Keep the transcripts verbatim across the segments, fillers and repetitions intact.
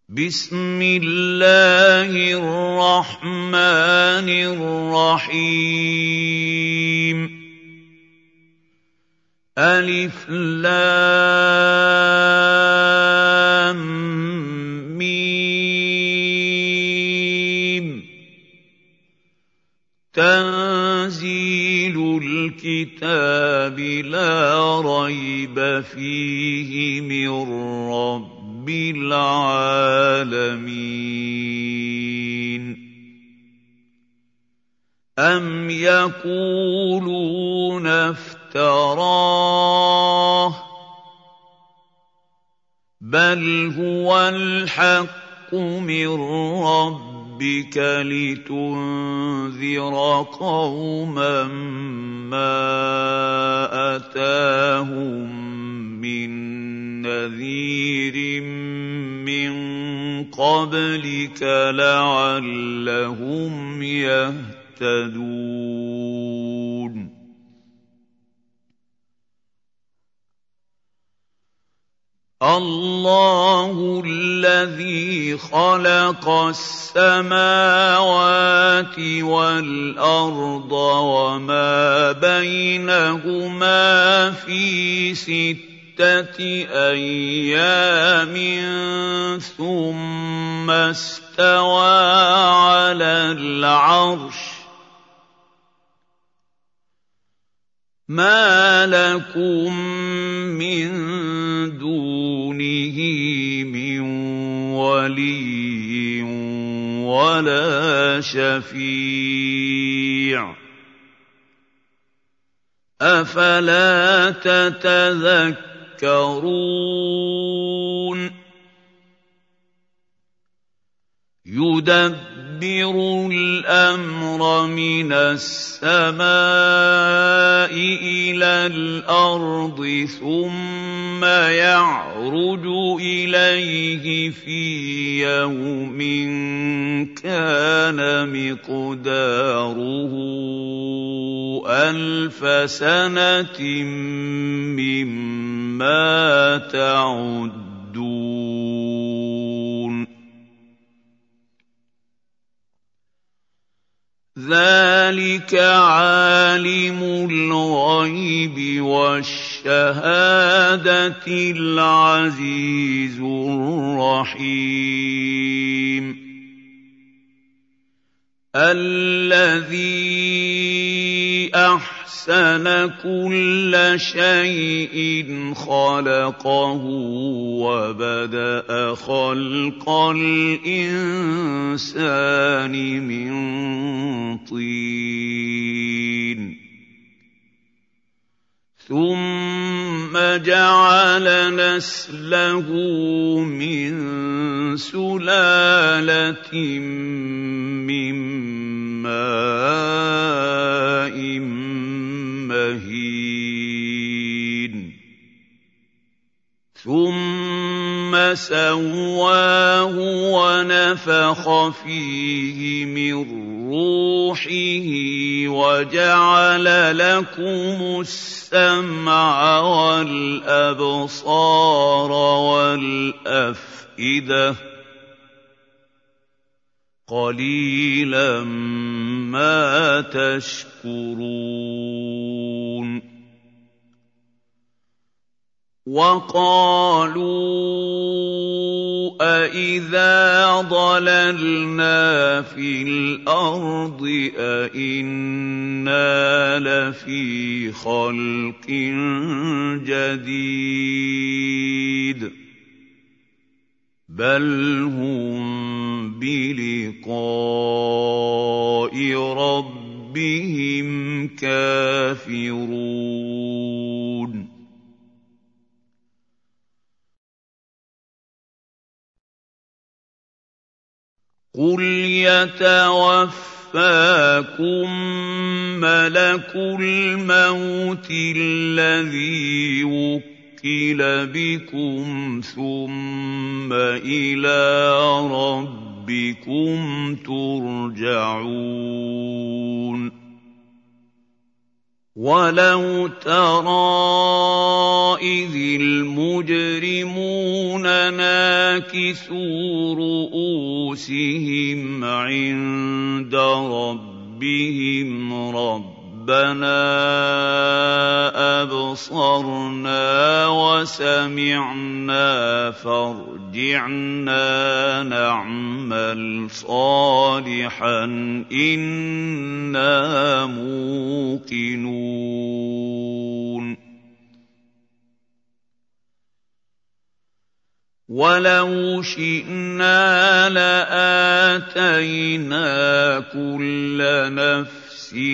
بسم الله الرحمن الرحيم ألف لام ميم تنزيل الكتاب لا ريب فيه من رب العالمين أم يقولون افتراه بل هو الحق من ربك لتنذر قوما ما أتاهم من نذير من قبلك لعلهم يهتدون الله الذي خلق السماوات والأرض وما بينهما في ستة أيام ثم استوى على العرش ما لكم من دونه من ولي ولا شفيع أفلا تتذكرون يدبر الأمر من السماء إلى الأرض ثم يعرج إليه في يوم كان مقداره ألف سنة مما تعدون ذلك عالم الغيب والشهادة العزيز الرحيم الذي أحسن كل شيء خلقه وبدأ خلق الإنسان من طين ثم جعل نسله من سلالة من ماء مهين ثم سواه ونفخ فيه من روحه وجعل لكم السمع والأبصار والأفئدة قليلا ما تشكرون وقالوا أإذا ضللنا في الأرض أإنا لفي خلق جديد بل هم بلقاء ربهم كافرون قل يتوفاكم ملك الموت الذي وكل بكم ثم إلى ربكم ترجعون وَلَوْ تَرَىٰ إِذِ الْمُجْرِمُونَ نَاكِسُو رُءُوسِهِمْ عِندَ رَبِّهِمْ رَبَّنَا أَبْصَرْنَا وَسَمِعْنَا فَارْجِعْنَا نَعْمَلْ صَالِحًا إِنَّا مُوقِنُونَ وَلَوْ شِئْنَا لَآتَيْنَا كُلَّ نَفْسٍ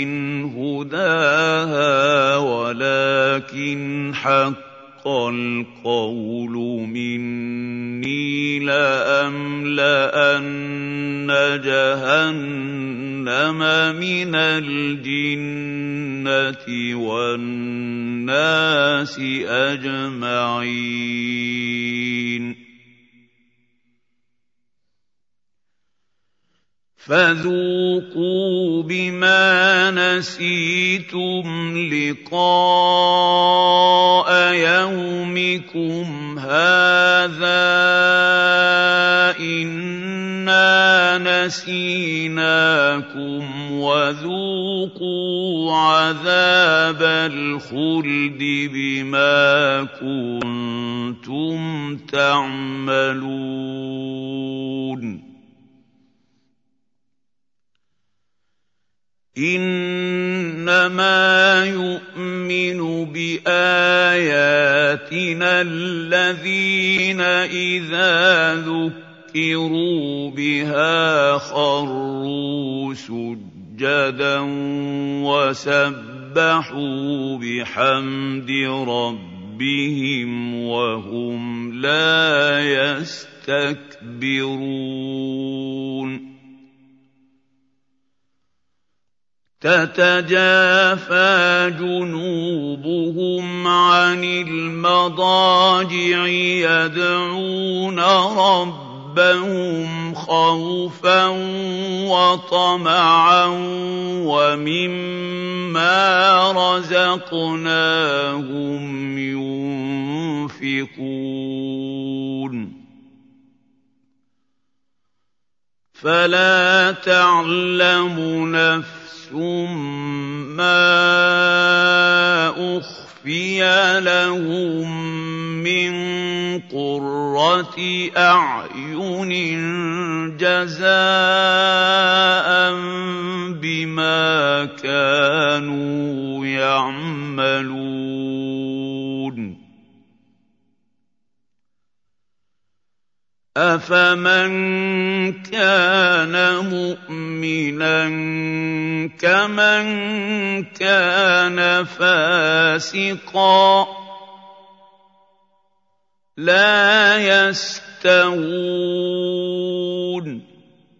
هُدَاهَا وَلَكِنْ حَقَّ الْقَوْلُ مِنِّي لَأَمْلَأَنَّ جَهَنَّمَ مِنَ الْجِنَّةِ وَالنَّاسِ أَجْمَعِينَ فَذُوقُوا بِمَا نَسِيتُمْ لِقَاءَ يَوْمِكُمْ هَٰذَا إِنَّا نَسِينَاكُمْ وَذُوقُوا عَذَابَ الْخُلْدِ بِمَا كُنتُمْ تَعْمَلُونَ إِنَّمَا يُؤْمِنُ بِآيَاتِنَا الَّذِينَ إِذَا ذُكِّرُوا بِهَا خَرُّوا سُجَّدًا وَسَبَّحُوا بِحَمْدِ رَبِّهِمْ وَهُمْ لَا يَسْتَكْبِرُونَ تَتَجَافَىٰ جُنُوبُهُمْ عَنِ الْمَضَاجِعِ يَدْعُونَ رَبَّهُمْ خَوْفًا وَطَمَعًا وَمِمَّا رَزَقْنَاهُمْ يُنفِقُونَ فَلَا تَعْلَمُ نَفْسٌ مَّا أُخْفِيَ لَهُم مِّن قُرَّةِ أَعْيُنٍ جَزَاءً بِمَا كَانُوا يَعْمَلُونَ أَفَمَن كَانَ مُؤْمِنًا كَمَن كَانَ فَاسِقًا ۚ لَّا يَسْتَوُونَ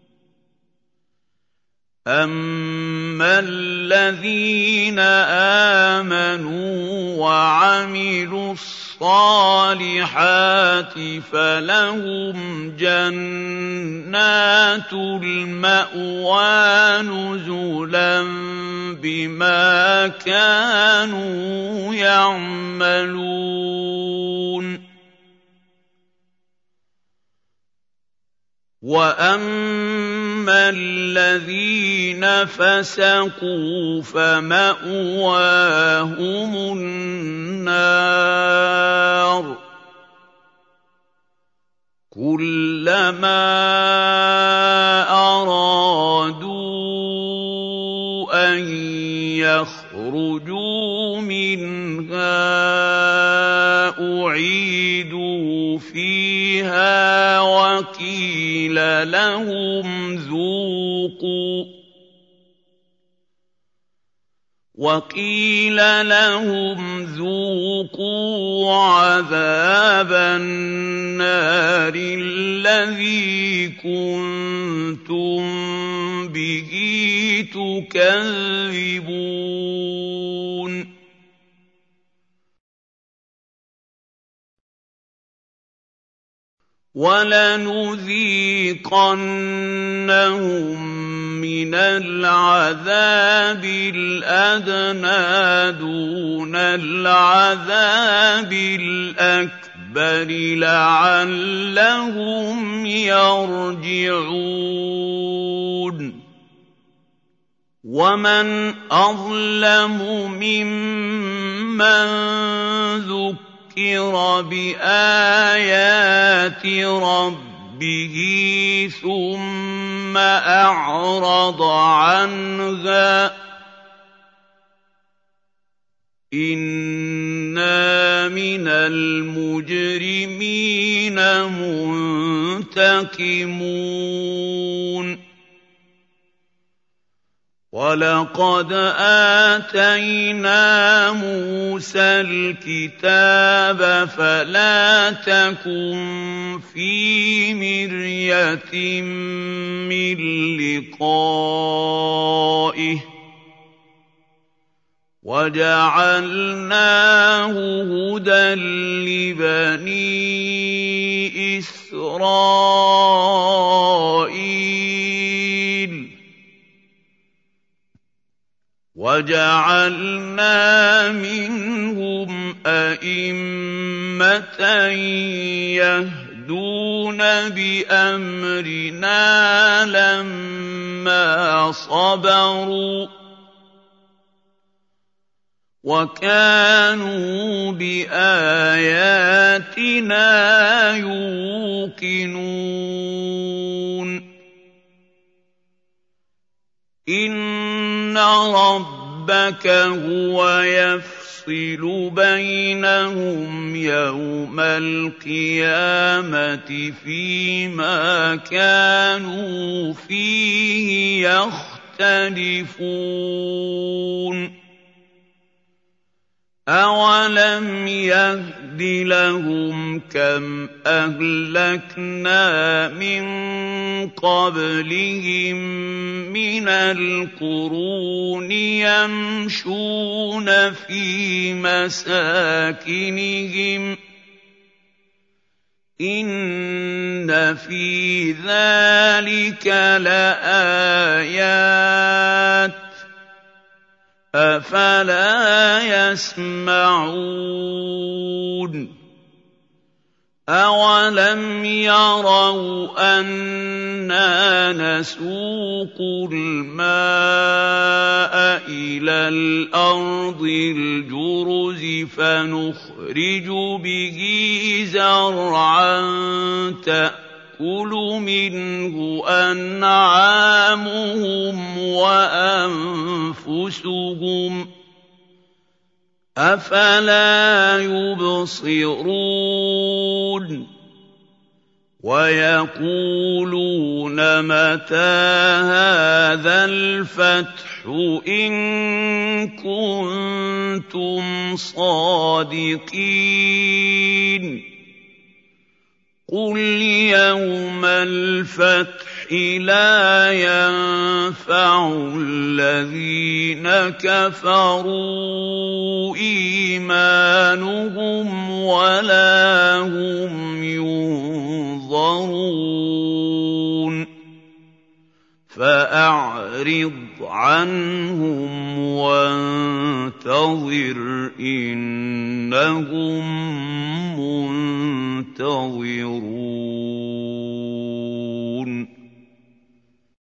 أَمَّا الَّذِينَ آمَنُوا وَعَمِلُوا الصَّالِحَاتِ فَلَهُمْ جَنَّاتُ الْمَأْوَىٰ نُزُلًا بِمَا كَانُوا يَعْمَلُونَ وَأَمَّا الَّذِينَ فَسَقُوا فَمَأْوَاهُمُ النَّارُ كُلَّمَا أَرَادُوا أَن يَخْرُجُوا مِنْهَا أُعِيدُوا فِيهَا وَقِيلَ لَهُمْ ذُوقُوا وَقِيلَ لَهُمْ ذُوقُوا عَذَابَ النَّارِ الَّذِي كُنتُم بِهِ تُكَذِّبُونَ وَلَنُذِيقَنَّهُم مِّنَ الْعَذَابِ الْأَدْنَىٰ دُونَ الْعَذَابِ الْأَكْبَرِ لَعَلَّهُمْ يَرْجِعُونَ وَمَنْ أَظْلَمُ مِمَّن ذُكِّرَ بِآيَاتِ رَبِّهِ ثُمَّ أَعْرَضَ عَنْهَا ۚ إِنَّا مِنَ الْمُجْرِمِينَ مُنتَقِمُونَ وَلَقَدْ آتَيْنَا مُوسَى الْكِتَابَ فَلَا تَكُن فِي مِرْيَةٍ مِّن لِّقَائِهِ وَجَعَلْنَاهُ هُدًى لِّبَنِي إِسْرَائِيلَ وَجَعَلْنَا مِنْهُمْ أَئِمَّةً يَهْدُونَ بِأَمْرِنَا لَمَّا صَبَرُوا وَكَانُوا بِآيَاتِنَا يُوقِنُونَ إِنَّ رَبَّكَ هُوَ يَفْصِلُ بَيْنَهُمْ يَوْمَ الْقِيَامَةِ فِيمَا كَانُوا فِيهِ يَخْتَلِفُونَ أَوَلَمْ يَهْدِ لَهُمْ كَمْ أَهْلَكْنَا مِن قَبْلِهِم مِّنَ الْقُرُونِ يَمْشُونَ فِي مَسَاكِنِهِمْ ۗ إِنَّ فِي ذَٰلِكَ لَآيَاتٍ ۖ أَفَلَا يَسْمَعُونَ أَوَلَمْ يَرَوْا أَنَّا نَسُوقُ الْمَاءَ إِلَى الْأَرْضِ الْجُرُزِ فَنُخْرِجُ بِهِ زَرْعًا تَأْكُلُ مِنْهُ أَنْعَامُهُمْ وَأَنفُسُهُمْ ۖ أَفَلَا يُبْصِرُونَ وَيَقُولُونَ مَتَىٰ هَٰذَا الْفَتْحُ إِن كُنتُمْ صَادِقِينَ قُلْ يَوْمَ الْفَتْحِ لَا يَنفَعُ الَّذِينَ كَفَرُوا إِيمَانُهُمْ وَلَا هُمْ يُنظَرُونَ فَأَعْرِضْ عَنْهُمْ وَانتَظِرْ إِنَّهُم مُّنتَظِرُونَ